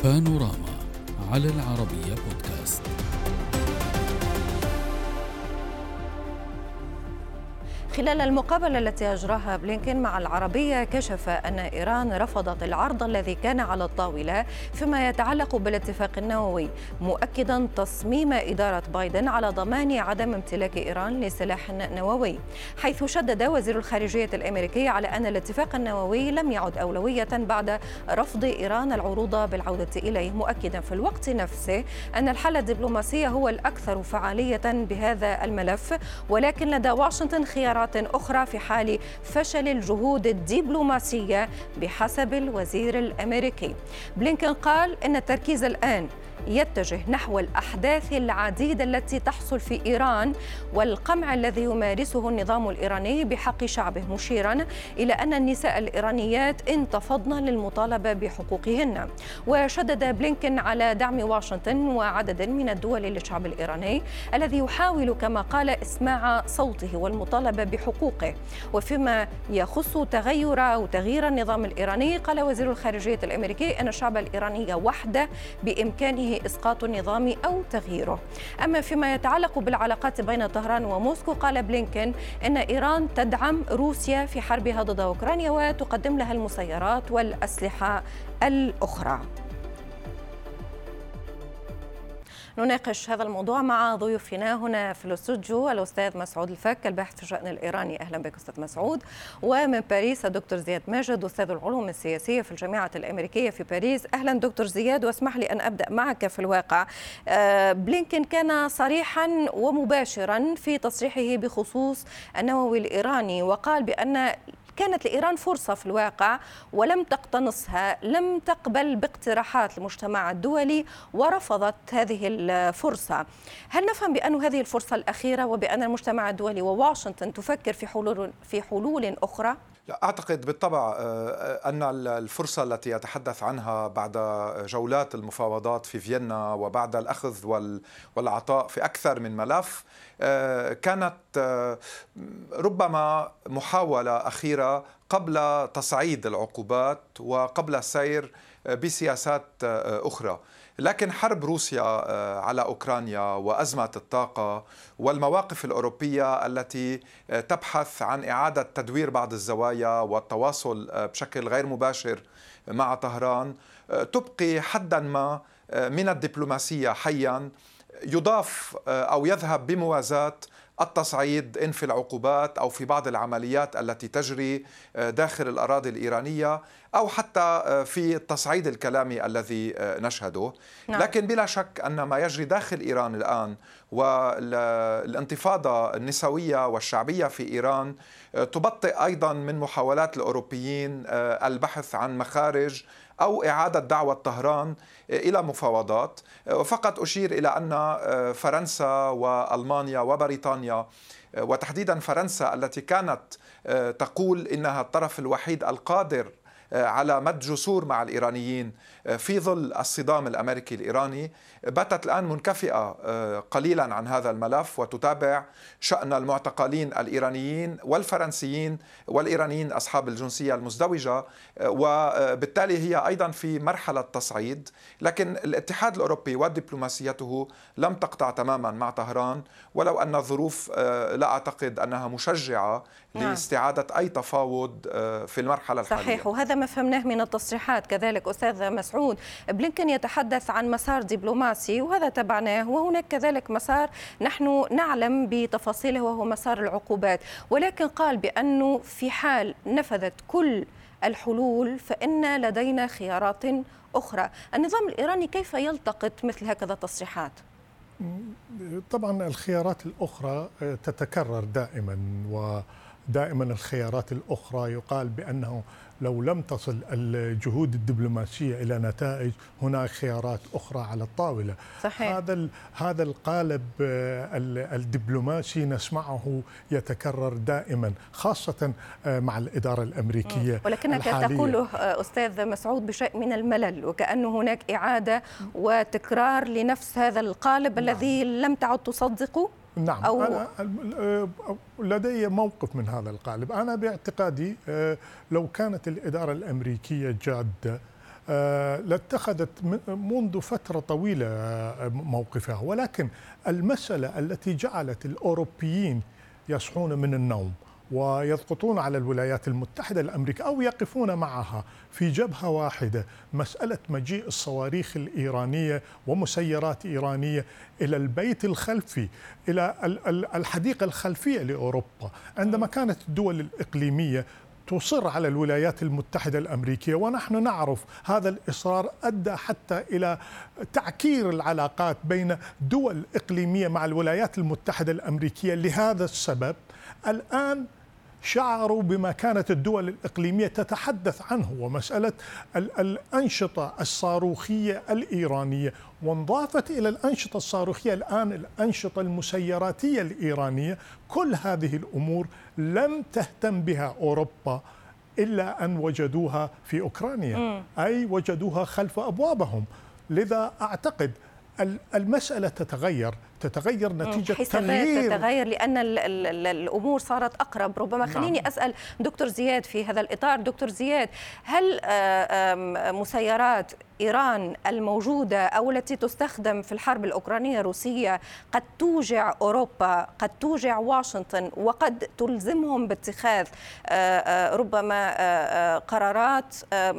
بانوراما على العربية بودكاست. خلال المقابلة التي أجراها بلينكين مع العربية كشف أن إيران رفضت العرض الذي كان على الطاولة فيما يتعلق بالاتفاق النووي، مؤكدا تصميم إدارة بايدن على ضمان عدم امتلاك إيران لسلاح نووي، حيث شدد وزير الخارجية الأمريكي على أن الاتفاق النووي لم يعد أولوية بعد رفض إيران العروض بالعودة إليه، مؤكدا في الوقت نفسه أن الحل الدبلوماسي هو الأكثر فعالية بهذا الملف، ولكن لدى واشنطن خيارات أخرى في حال فشل الجهود الدبلوماسية بحسب الوزير الأمريكي. بلينكين قال إن التركيز الآن يتجه نحو الأحداث العديدة التي تحصل في إيران والقمع الذي يمارسه النظام الإيراني بحق شعبه، مشيرا إلى أن النساء الإيرانيات انتفضن للمطالبة بحقوقهن. وشدد بلينكين على دعم واشنطن وعدد من الدول للشعب الإيراني الذي يحاول كما قال إسماع صوته والمطالبة بحقوقه. وفيما يخص تغيير النظام الإيراني، قال وزير الخارجية الأمريكي أن الشعب الإيراني وحده بإمكانه إسقاط النظام أو تغييره. أما فيما يتعلق بالعلاقات بين طهران وموسكو، قال بلينكين إن إيران تدعم روسيا في حربها ضد أوكرانيا وتقدم لها المسيرات والأسلحة الأخرى. نناقش هذا الموضوع مع ضيوفنا هنا في الاستوديو الأستاذ مسعود الفك الباحث في الشأن الإيراني. أهلا بك أستاذ مسعود. ومن باريس الدكتور زياد ماجد أستاذ العلوم السياسية في الجامعة الأمريكية في باريس. أهلا دكتور زياد، واسمح لي أن أبدأ معك. في الواقع بلينكين كان صريحا ومباشرا في تصريحه بخصوص النووي الإيراني، وقال بأن كانت لإيران فرصة في الواقع ولم تقتنصها، لم تقبل باقتراحات المجتمع الدولي ورفضت هذه الفرصة. هل نفهم بأن هذه الفرصة الأخيرة وبأن المجتمع الدولي وواشنطن تفكر في حلول أخرى؟ لا، أعتقد بالطبع أن الفرصة التي يتحدث عنها بعد جولات المفاوضات في فيينا وبعد الأخذ والعطاء في أكثر من ملف كانت ربما محاولة أخيرة قبل تصعيد العقوبات وقبل السير بسياسات أخرى. لكن حرب روسيا على أوكرانيا وأزمة الطاقة والمواقف الأوروبية التي تبحث عن إعادة تدوير بعض الزوايا والتواصل بشكل غير مباشر مع طهران تبقي حدا ما من الدبلوماسية حيا يضاف أو يذهب بموازاة التصعيد إن في العقوبات أو في بعض العمليات التي تجري داخل الأراضي الإيرانية أو حتى في التصعيد الكلامي الذي نشهده. لكن بلا شك أن ما يجري داخل إيران الآن والانتفاضة النسوية والشعبية في إيران تبطئ أيضا من محاولات الأوروبيين البحث عن مخارج أو إعادة دعوة طهران إلى مفاوضات. وفقط أشير إلى أن فرنسا وألمانيا وبريطانيا وتحديدا فرنسا التي كانت تقول إنها الطرف الوحيد القادر على مد جسور مع الإيرانيين في ظل الصدام الأمريكي الإيراني باتت الآن منكفئة قليلا عن هذا الملف وتتابع شأن المعتقلين الإيرانيين والفرنسيين والإيرانيين أصحاب الجنسية المزدوجة، وبالتالي هي أيضا في مرحلة تصعيد. لكن الاتحاد الأوروبي ودبلوماسيته لم تقطع تماما مع طهران، ولو أن الظروف لا أعتقد أنها مشجعة لاستعادة أي تفاوض في المرحلة الحالية. صحيح، وهذا ما فهمناه من التصريحات. كذلك أستاذ مسعود، بلينكين يتحدث عن مسار دبلوماسي وهذا تبعناه، وهناك كذلك مسار نحن نعلم بتفاصيله وهو مسار العقوبات، ولكن قال بأنه في حال نفذت كل الحلول فإن لدينا خيارات أخرى. النظام الإيراني كيف يلتقط مثل هكذا تصريحات؟ طبعا الخيارات الأخرى تتكرر دائما الخيارات الأخرى يقال بأنه لو لم تصل الجهود الدبلوماسية إلى نتائج هناك خيارات أخرى على الطاولة. صحيح. هذا القالب الدبلوماسي نسمعه يتكرر دائما خاصة مع الإدارة الأمريكية. ولكنك تقوله أستاذ مسعود بشيء من الملل، وكأنه هناك إعادة وتكرار لنفس هذا القالب الذي لم تعد تصدقه. نعم، أنا لدي موقف من هذا القالب. أنا باعتقادي لو كانت الإدارة الأمريكية جادة لاتخذت منذ فترة طويلة موقفها، ولكن المسألة التي جعلت الأوروبيين يصحون من النوم ويضغطون على الولايات المتحدة الأمريكية أو يقفون معها في جبهة واحدة، مسألة مجيء الصواريخ الإيرانية ومسيرات إيرانية إلى البيت الخلفي، إلى الحديقة الخلفية لأوروبا، عندما كانت الدول الإقليمية تصر على الولايات المتحدة الأمريكية. ونحن نعرف هذا الإصرار أدى حتى إلى تعكير العلاقات بين دول إقليمية مع الولايات المتحدة الأمريكية. لهذا السبب الآن شعروا بما كانت الدول الإقليمية تتحدث عنه، ومسألة الأنشطة الصاروخية الإيرانية، وانضافت إلى الأنشطة الصاروخية الآن الأنشطة المسيراتية الإيرانية. كل هذه الأمور لم تهتم بها أوروبا إلا أن وجدوها في أوكرانيا، أي وجدوها خلف أبوابهم. لذا أعتقد المسألة تتغير نتيجة تغيير، تتغير لأن الأمور صارت أقرب. ربما خليني أسأل دكتور زياد في هذا الإطار. دكتور زياد، هل مسيرات إيران الموجودة أو التي تستخدم في الحرب الأوكرانية الروسية قد توجع أوروبا، قد توجع واشنطن، وقد تلزمهم باتخاذ ربما قرارات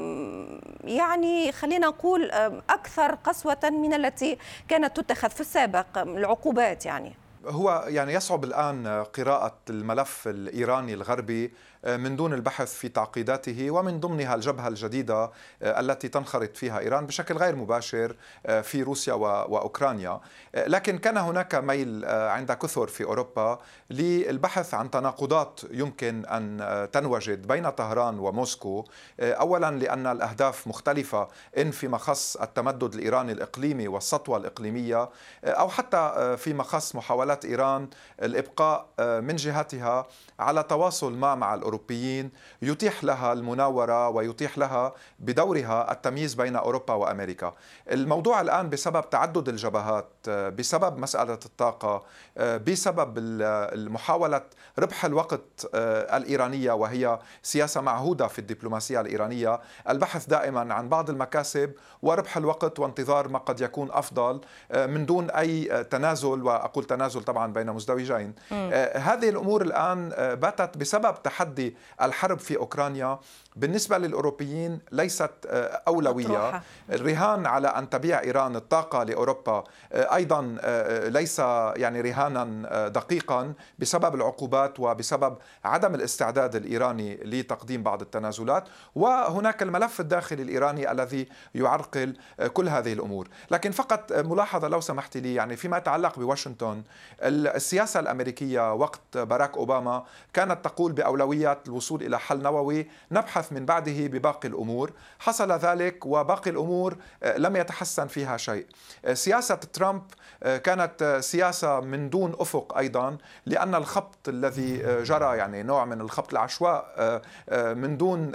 يعني خلينا نقول أكثر قسوة من التي كانت تتخذ في السابق، العقوبات يعني؟ هو يعني يصعب الآن قراءة الملف الإيراني الغربي من دون البحث في تعقيداته، ومن ضمنها الجبهة الجديدة التي تنخرط فيها إيران بشكل غير مباشر في روسيا وأوكرانيا. لكن كان هناك ميل عند كثر في أوروبا للبحث عن تناقضات يمكن أن تنوجد بين طهران وموسكو. أولا لأن الأهداف مختلفة، إن فيما خص التمدد الإيراني الإقليمي والسطوة الإقليمية، أو حتى فيما خص محاولات إيران الإبقاء من جهتها على تواصل مع الأوروبيين يتيح لها المناورة ويتيح لها بدورها التمييز بين أوروبا وأمريكا. الموضوع الآن بسبب تعدد الجبهات، بسبب مسألة الطاقة، بسبب محاولة ربح الوقت الإيرانية، وهي سياسة معهودة في الدبلوماسية الإيرانية، البحث دائما عن بعض المكاسب وربح الوقت وانتظار ما قد يكون أفضل من دون أي تنازل، وأقول تنازل طبعا بين مزدوجين. هذه الأمور الآن باتت بسبب تحدي الحرب في أوكرانيا بالنسبة للأوروبيين ليست أولوية. الرهان على أن تبيع إيران الطاقة لأوروبا أيضا ليس يعني رهانا دقيقا بسبب العقوبات وبسبب عدم الاستعداد الإيراني لتقديم بعض التنازلات، وهناك الملف الداخلي الإيراني الذي يعرقل كل هذه الأمور. لكن فقط ملاحظة لو سمحت لي، يعني فيما يتعلق بواشنطن، السياسة الأمريكية وقت باراك أوباما كانت تقول بأولوية الوصول إلى حل نووي نبحث من بعده بباقي الأمور. حصل ذلك وباقي الأمور لم يتحسن فيها شيء. سياسة ترامب كانت سياسة من دون أفق أيضا، لأن الخبط الذي جرى يعني نوع من الخبط العشواء من دون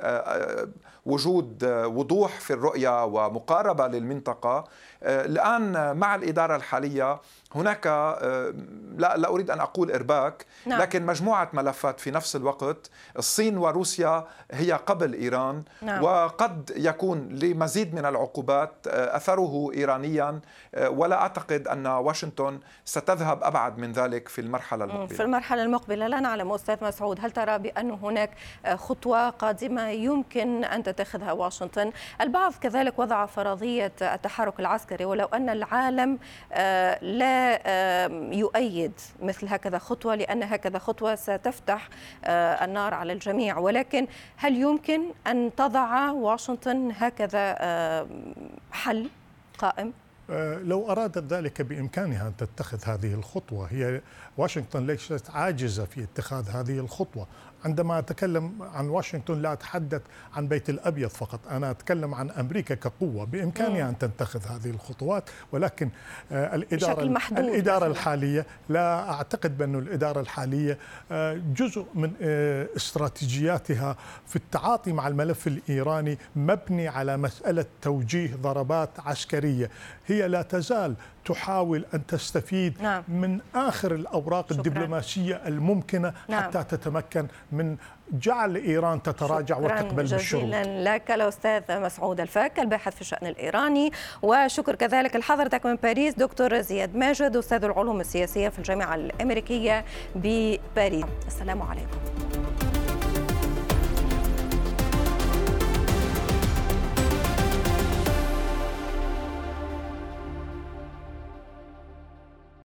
وجود وضوح في الرؤية ومقاربة للمنطقة. الآن مع الإدارة الحالية هناك لا أريد أن أقول إرباك، لكن مجموعة ملفات في نفس الوقت. الصين وروسيا هي قبل إيران، وقد يكون لمزيد من العقوبات أثره إيرانيا، ولا أعتقد أن واشنطن ستذهب أبعد من ذلك في المرحلة المقبلة. في المرحلة المقبلة لا نعلم. أستاذ مسعود، هل ترى بأن هناك خطوة قادمة يمكن أن تتخذها واشنطن؟ البعض كذلك وضع فرضية التحرك العسكري، ولو أن العالم لا يؤيد مثل هكذا خطوة، لأن هكذا خطوة ستفتح النار على الجميع. ولكن هل يمكن أن تضع واشنطن هكذا حل قائم؟ لو أرادت ذلك بإمكانها أن تتخذ هذه الخطوة. هي واشنطن ليست عاجزة في اتخاذ هذه الخطوة. عندما أتكلم عن واشنطن لا أتحدث عن بيت الأبيض فقط، أنا أتكلم عن أمريكا كقوة بإمكانها أن تتخذ هذه الخطوات، ولكن الإدارة الحالية لا أعتقد بأن الإدارة الحالية جزء من استراتيجياتها في التعاطي مع الملف الإيراني مبني على مسألة توجيه ضربات عسكرية. هي لا تزال تحاول أن تستفيد من آخر الأوراق الدبلوماسية الممكنة حتى تتمكن من جعل إيران تتراجع وتقبل بالشروط. جزيلا لك الأستاذ مسعود الفك الباحث في الشأن الإيراني، وشكر كذلك لحضرتك من باريس دكتور زياد ماجد أستاذ العلوم السياسية في الجامعة الأمريكية بباريس. السلام عليكم.